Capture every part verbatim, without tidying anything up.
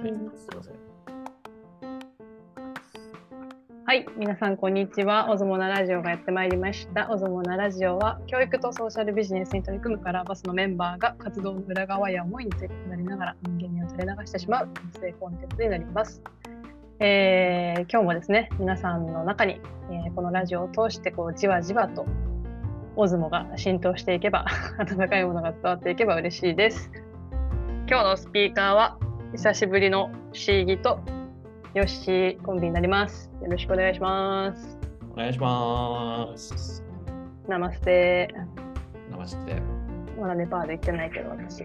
すみません。 はい、皆さんこんにちは。オズモナラジオがやってまいりました。オズモナラジオは教育とソーシャルビジネスに取り組むカラーバスのメンバーが活動の裏側や思いについて語りながら人間味を垂れ流してしまう音声コンテンツになります。えー、今日もですね、皆さんの中に、えー、このラジオを通してこうじわじわとオズモが浸透していけば温かいものが伝わっていけば嬉しいです。今日のスピーカーは久しぶりのシーギとヨッシーコンビになります。よろしくお願いします。 お願いします。 ナマステ。 ナマステ。 まだネパール行ってないけど私。 はい。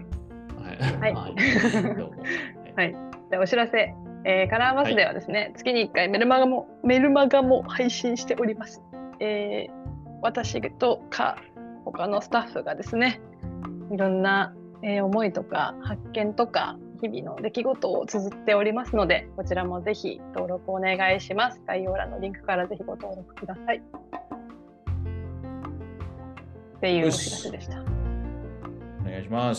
はい。 どうも。 はい。でお知らせ、えー、カラーバスではですね、はい、月にいっかいメルマガもメルマガも配信しております。えー、私とか他のスタッフがですね、いろんな、えー、思いとか発見とか日々の出来事を綴っておりますので、こちらもぜひ登録お願いします。概要欄のリンクからぜひご登録ください。っていうお知らせでした。 お願いします。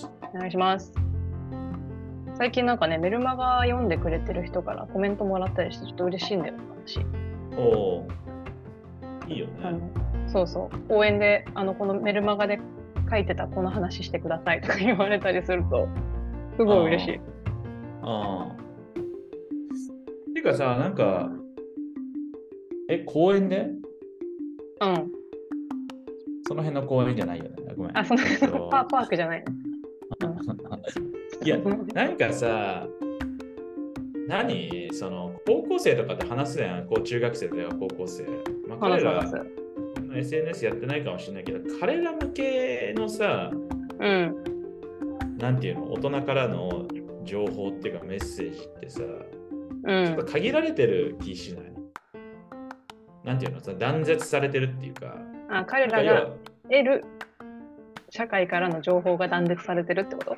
お願いします。最近なんかね、メルマガ読んでくれてる人からコメントもらったりしてちょっと嬉しいんだよね、私。 おー、いいよね。 あのそうそう、応援であのこのメルマガで書いてたこの話してくださいとか言われたりするとすごい嬉しい。 ああ。てかさ、なんか、え、公園で？ うん。 その辺の公園じゃないよね。ごめん。 あ、その辺の、 えっと、 パ, パークじゃないの。 うん、いや、なんかさ、何その高校生とかって話すやん、こう中学生だよ、高校生。まあ、彼ら エスエヌエス やってないかもしれないけど、彼ら向けのさ、 うん、 なんていうの、大人からの情報っていうかメッセージってさ、 うん、 ちょっと限られてる気しない？なんていうのさ、断絶されてるっていうか。 あ、彼らが得る社会からの情報が断絶されてるってこと？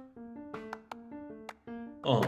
うん。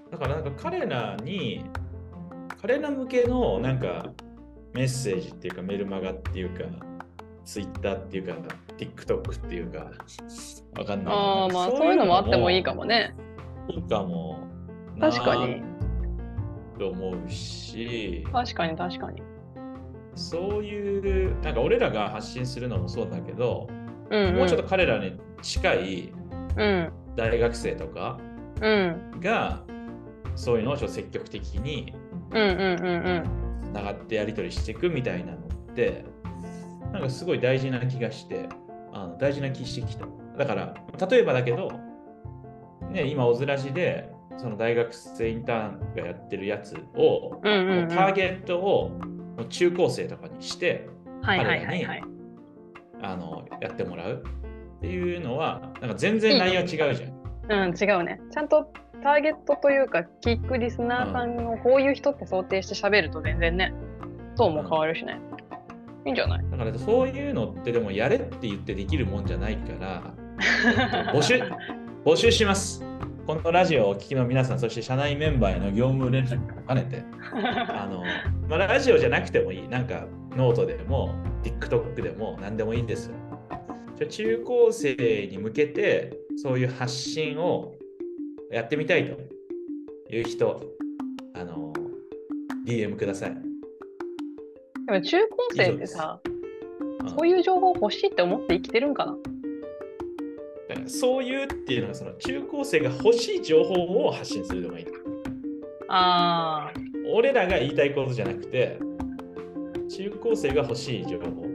だからなんか彼らに、彼ら向けのなんかメッセージっていうかメルマガっていうか、ツイッターっていうか、TikTok っていうか、わかんない。 ああ、まあそういうのもあってもいいかもね。 いいかも。 確かに。 と思うし。 確かに確かに。 そういう、なんか俺らが発信するのもそうだけど、 うんうん、 もうちょっと彼らに近い大学生とかが、そういうのをちょっと積極的につながってやり取りしていくみたいなのって、なんかすごい大事な気がして、あの大事な気してきた。だから、例えばだけど、ね、今、オズラジで、その大学生インターンがやってるやつを、 うんうんうん、 ターゲットを中高生とかにして、 はいはいはいはい、 彼らにあのやってもらうっていうのは、なんか全然内容違うじゃん。いいうん、違うね。ちゃんとターゲットというか、聞くリスナーさんのこういう人って想定して喋ると全然ね、トーンも変わるしね。うん、いいんじゃない？ だからそういうのってでもやれって言ってできるもんじゃないから、募集、募集します。このラジオをお聞きの皆さん、そして社内メンバーへの業務連絡も兼ねて、あの、まあ、ラジオじゃなくてもいい。なんかノートでも、TikTok でも何でもいいんですよ。中高生に向けて、そういう発信をやってみたいという人、あの、ディーエム ください。 でも中高生ってさ、うん、そういう情報欲しいって思って生きてるんかな？ そういうっていうのはその中高生が欲しい情報を発信するのがいい。 ああ。 俺らが言いたいことじゃなくて、中高生が欲しい情報。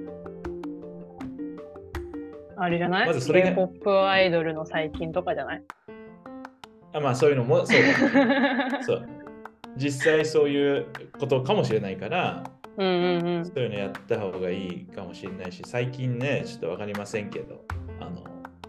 あれじゃない？ まずそれが K-ポップ アイドルの最近とかじゃない？ あ、まあそういうのもそうだ。そう。実際そういうことかもしれないから、 うんうんうん、 そういうのやった方がいいかもしれないし、最近ね、ちょっとわかりませんけど、あの、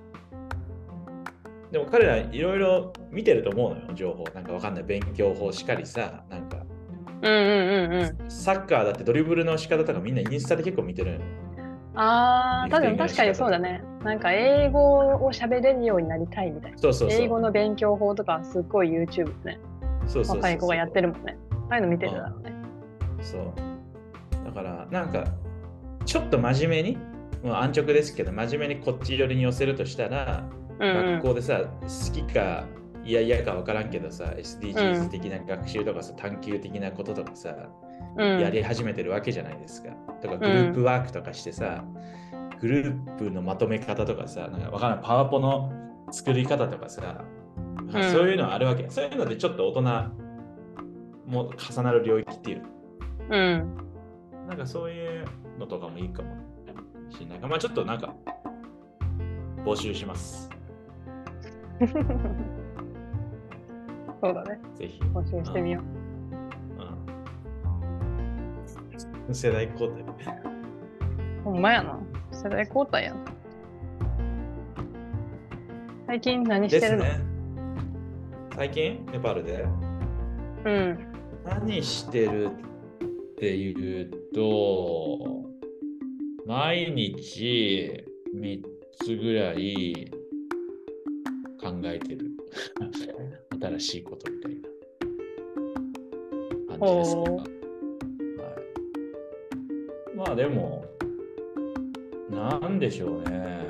でも彼らいろいろ見てると思うのよ、情報。なんかわかんない。勉強法しかりさ、なんか、 うんうんうんうん、 サッカーだってドリブルの仕方とかみんなインスタで結構見てるのよ。 ああ、多分確かにそうだね。なんか英語を喋れるようになりたいみたいな。 そうそうそう。 英語の勉強法とかすっごい YouTube ね。 そうそうそうそう。 若い子がやってるもんね。ああいうの見てるだろうね。 そう。だからなんかちょっと真面目に、もう安直ですけど真面目にこっち寄りに寄せるとしたら、うんうん、学校でさ好きかいやいやか分からんけどさ、エスディージーズ 的な学習とかさ、探究的なこととかさ、うん、やり始めてるわけじゃないですか。とかグループワークとかしてさ、うん、グループのまとめ方とかさ、なんか分からん、パワポの作り方とかさ、うん、そういうのあるわけ。そういうのでちょっと大人も重なる領域っていう。 うん。 なんかそういうのとかもいいかもしれない。まあちょっとなんか募集します。 そうだね。 ぜひ。 募集してみよう。 うん、世代交代。 ほんまやな。世代交代やな。最近何してるの？ ですね。最近ネパールで、 うん、 何してるっていうと、毎日みっつぐらい考えてる。新しいことみたいな感じですか。はい、まあでも、なんでしょうね。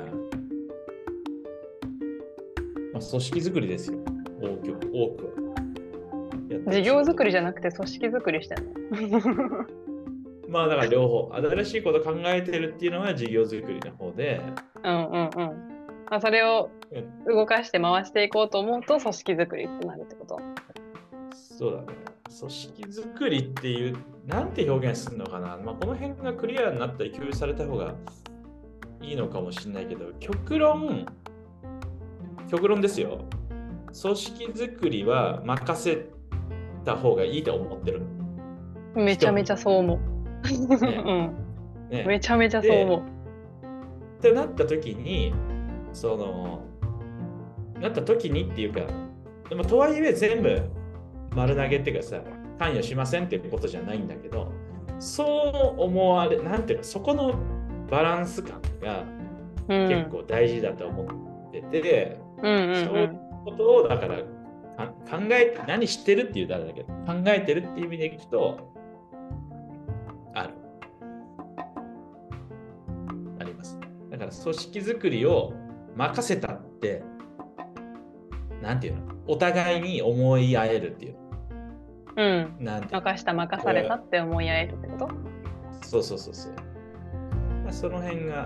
まあ、組織作りですよ。多く多く事業作りじゃなくて組織作りしてるの。 まあだから両方、新しいこと考えてるっていうのは事業作りの方で。 うんうんうん。あ、それを動かして回していこうと思うと組織作りってなるってこと？ そうだね。組織作りっていう、なんて表現するのかな。まあこの辺がクリアになったり共有された方がいいのかもしれないけど、極論、極論ですよ。組織作りは任せた方がいいと思ってる。 めちゃめちゃそう思う。ねうんね、めちゃめちゃそう思う。 ってなった時に、その、なった時にっていうか、でもとはいえ全部丸投げっていうかさ、関与しませんっていうことじゃないんだけど、そう思われ、なんていうか、そこのバランス感が結構大事だと思ってて、うんうんうんうん、そういうことをだから考えて、何してるっていう誰だけど、考えてるっていう意味でいくと、ある。あります。だから組織づくりを任せたって、なんていうの、お互いに思い合えるっていう。 うん。なんていう任した任されたって思い合えるってこと？ そうそうそうそう。まあ、その辺が、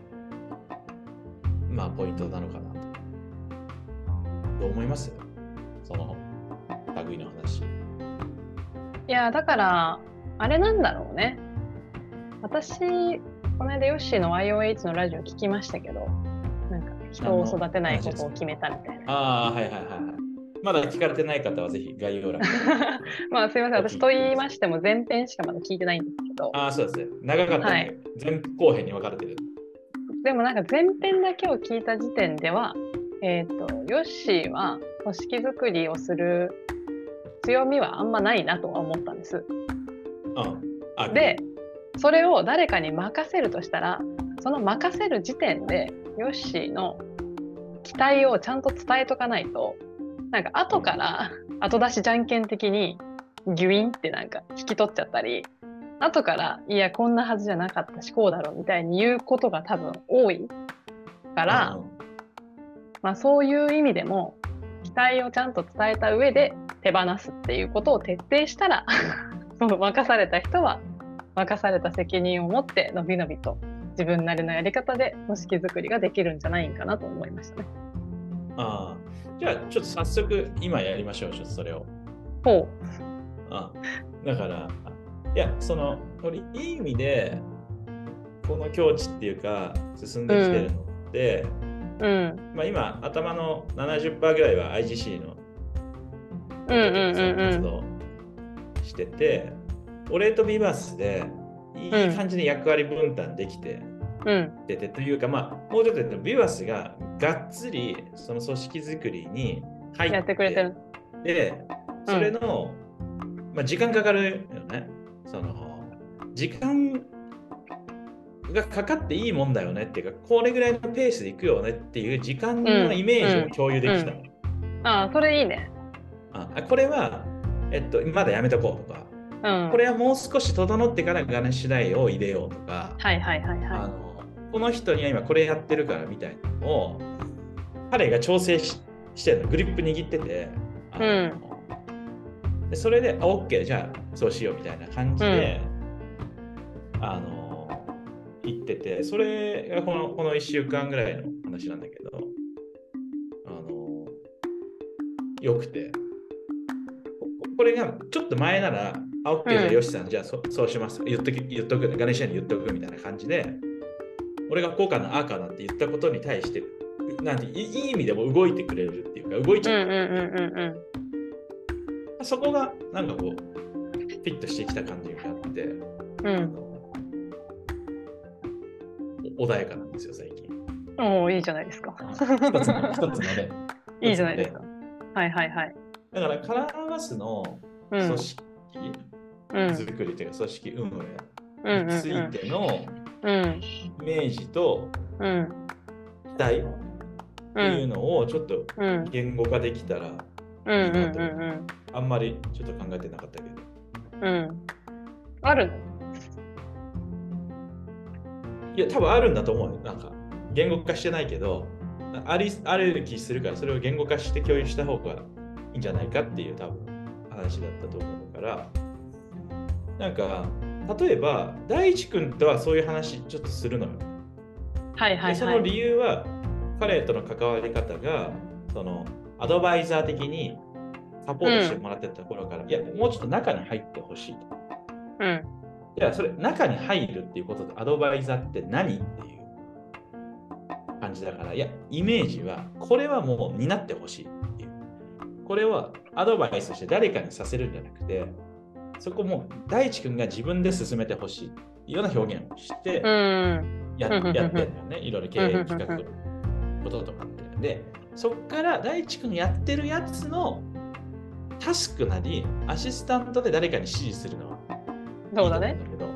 まあ、ポイントなのかなと。どう思います？その類の話。いや、だから、あれなんだろうね。私、この間ヨッシーの ワイオーエイチ のラジオ聞きましたけど、なんか人を育てないことを決めたみたいな。 ああ、はいはいはいはい。まだ聞かれてない方はぜひ概要欄まあすいません、私と言いましても前編しかまだ聞いてないんですけど。 ああ、そうですね。長かったんで、はい、前後編に分かれてる。 でもなんか前編だけを聞いた時点では、えっと、ヨッシーは組織づくりをする強みはあんまないなとは思ったんです。 うん、 で、それを誰かに任せるとしたら、その任せる時点でヨッシーの期待をちゃんと伝えとかないと、なんか後から後出しじゃんけん的にギュインってなんか引き取っちゃったり、後からいやこんなはずじゃなかったしこうだろうみたいに言うことが多分多いから、まあそういう意味でも期待をちゃんと伝えた上で手放すっていうことを徹底したらその任された人は任された責任を持ってのびのびと自分なりのやり方で組織づくりができるんじゃないかなと思いましたね。 ああ、じゃあちょっと早速今やりましょう。ちょっとそれを。 ほう。 ああ、だからいやその俺いい意味でこの境地っていうか進んできてるのって、うんうんまあ、今頭の ななじゅっパーセント ぐらいは アイジーシー の活動してて、俺とビバスでいい感じに役割分担できて、うん、出てというかまあもうちょっと言うとビバスががっつりその組織づくりに入ってやってくれてるでそれの、うんまあ、時間かかるよね。その時間がかかっていいもんだよねっていうかこれぐらいのペースでいくよねっていう時間のイメージを共有できた、うんうんうん、 ああそれいいね。 あこれは、えっと、まだやめとこうとか、うん、これはもう少し整ってからガネ次第を入れようとか、 はいはいはいはい、 あのこの人には今これやってるからみたいなのを彼が調整ししてるの、グリップ握ってて、あのうん、 でそれで、あ、OK、じゃあそうしようみたいな感じで、うん、あの言ってて、それがこの、このいっしゅうかんぐらいの話なんだけど、あのよくて、これがちょっと前なら、あ、OK、じゃあよしさん、じゃあ そ, そうします。言っとく、言っとく、ガネシアに言っとくみたいな感じで、俺がこうかな、ああかなって言ったことに対して、なんていい意味でも動いてくれるっていうか、動いちゃう。 うんうんうんうんうん、 そこがなんかこう、フィットしてきた感じがあって、 うん、 穏やかなんですよ、最近。 おお、いいじゃないですか。 一つの、一つので。 いいじゃないですか。はいはいはい。 だから、カラーバスの組織作りというか、組織運営についてのイメージと期待っていうのをちょっと言語化できたらいいなと。あんまりちょっと考えてなかったけど。 うん。あるの？ いや、多分あるんだと思うよ。なんか、言語化してないけど、あり、ある気するから、それを言語化して共有した方がいいんじゃないかっていう多分話だったと思うから、なんか、例えば、大地君とはそういう話ちょっとするのよ。 はいはいはい。 でその理由は、彼との関わり方が、その、アドバイザー的にサポートしてもらってたところから、うん、いや、もうちょっと中に入ってほしいと。 うん。 いや、それ、中に入るっていうことと、アドバイザーって何っていう感じだから、いや、イメージは、これはもう担ってほしいっていう。これはアドバイスして誰かにさせるんじゃなくて、そこも大地君が自分で進めてほしいっていうような表現をしてや、うん、やってるんだよね。いろいろ経営企画のこととかって。で、そこから大地君やってるやつのタスクなり、アシスタントで誰かに指示するのは、 そうだね。 けど、うん、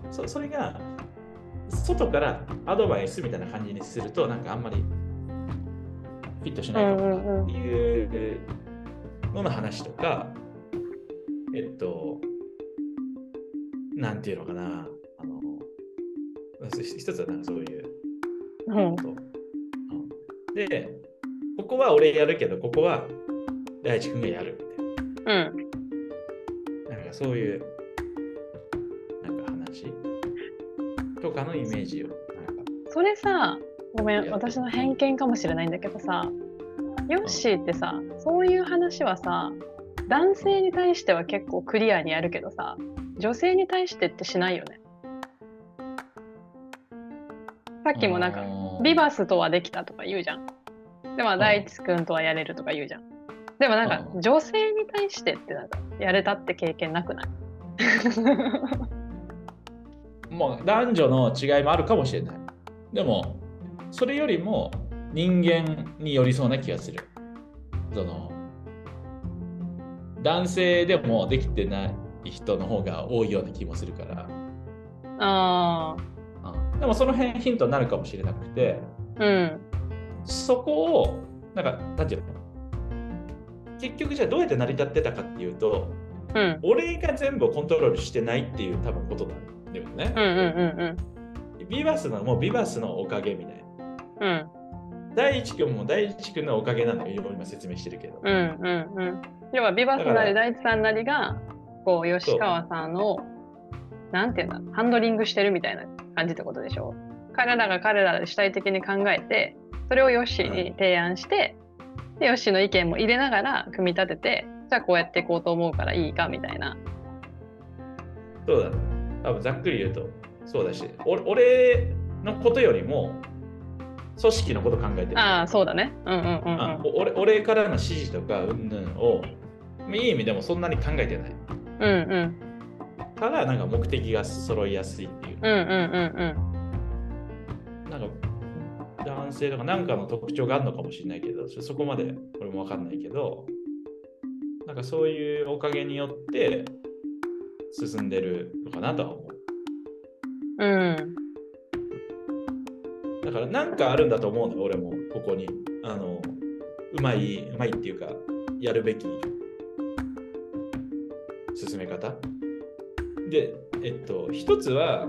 そ, それが外からアドバイスみたいな感じにするとなんかあんまりフィットしないかもなっていうのの話とか、えっとなんていうのかな、あの一つはなんかそういうこと、うん、でここは俺やるけどここは大地君がやるみたいな、うん、なんかそういうとかのイメージを。 それさ、ごめん、私の偏見かもしれないんだけどさ、ヨッシーってさ、うん、そういう話はさ、男性に対しては結構クリアにやるけどさ、女性に対してってしないよね。さっきもなんか、ビバスとはできたとか言うじゃん。でも、大地君とはやれるとか言うじゃん。でもなんか、女性に対してってなんか、やれたって経験なくない？ もう男女の違いもあるかもしれない。でもそれよりも人間に寄りそうな気がする。その男性でもできてない人の方が多いような気もするから。 ああ。でもその辺ヒントになるかもしれなくて、 うん、 そこをなんかなんていうの？結局じゃあどうやって成り立ってたかっていうと、うん、俺が全部コントロールしてないっていう多分ことだ。ねうんうんうん、ビバスのもうビバスのおかげみたいな、うん、大地君も大地君のおかげなのよ、今説明してるけど、 うんうんうん、要はビバスなり大地さんなりがこう吉川さんのなんていうんだハンドリングしてるみたいな感じってことでしょ。彼らが彼らで主体的に考えてそれをヨッシーに提案して、うん、でヨッシーの意見も入れながら組み立てて、じゃあこうやっていこうと思うからいいかみたいな。 そうだね、多分ざっくり言うとそうだし、俺のことよりも組織のこと考えてる。 ああ、そうだね。うんうんうん、うん、 俺, 俺からの指示とかうんぬんをいい意味でもそんなに考えてない。 うんうん。 からなんか目的が揃いやすいっていう。 うんうんうんうん。 なんか男性とかなんかの特徴があるのかもしれないけど、そこまで俺も分かんないけど、なんかそういうおかげによって進んでるのかなとは思う。 うん。 だからなんかあるんだと思うのよ、俺もここに。あの、うまい、うまいっていうか、やるべき進め方。で、えっと、一つは、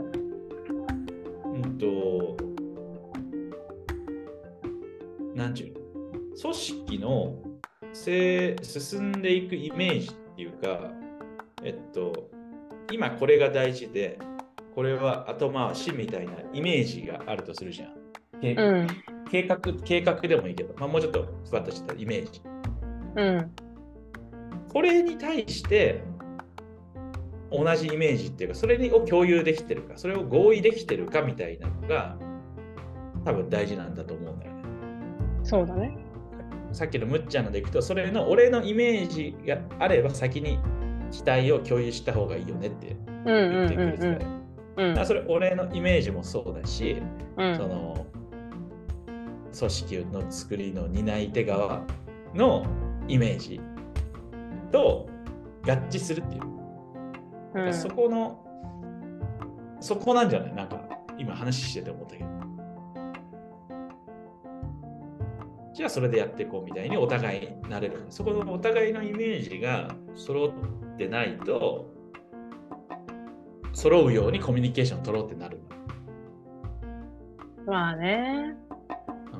うんと、なんちゅうの、 組織のせ進んでいくイメージっていうか、えっと、今これが大事で、これは後回しみたいなイメージがあるとするじゃん。けうん。 計画、計画でもいいけど、まあ、もうちょっとふわっとしたイメージ。 うん。 これに対して同じイメージっていうか、それを共有できてるか、それを合意できてるかみたいなのが多分大事なんだと思うんだよね。 そうだね。 さっきのむっちゃんのでいくと、それの俺のイメージがあれば先に期待を共有した方がいいよねって言ってくれてたよ。 うん。 だからそれ俺のイメージもそうだし、 うん。 その組織の作りの担い手側のイメージと合致するっていう。だからそこの、うん、そこなんじゃない？なんか今話してて思ったけど。じゃあそれでやっていこうみたいにお互いになれる。そこのお互いのイメージが揃ってないと、揃うようにコミュニケーションを取ろうってなる。 まあね。うん、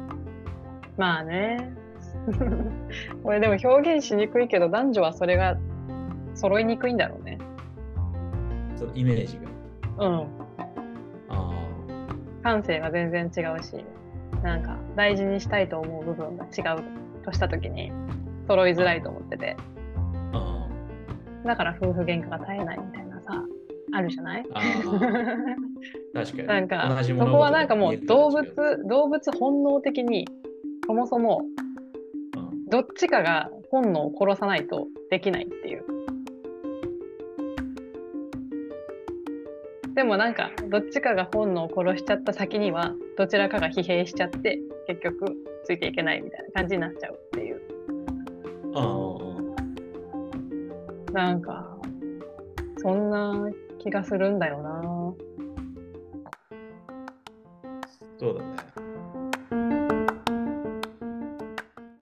まあね。これでも表現しにくいけど、男女はそれが揃いにくいんだろうね。 そのイメージが。うん。あ感性が全然違うし、なんか大事にしたいと思う部分が違うとしたときに揃いづらいと思ってて。あだから夫婦喧嘩が絶えないみたいなさ、あるじゃない？あ確かに。 なんかそこはなんかもう動物、動物本能的にそもそもどっちかが本能を殺さないとできないっていう。でもなんかどっちかが本能を殺しちゃった先にはどちらかが疲弊しちゃって結局ついていけないみたいな感じになっちゃうっていう。ああ。なんかそんな気がするんだよな。 そうだね。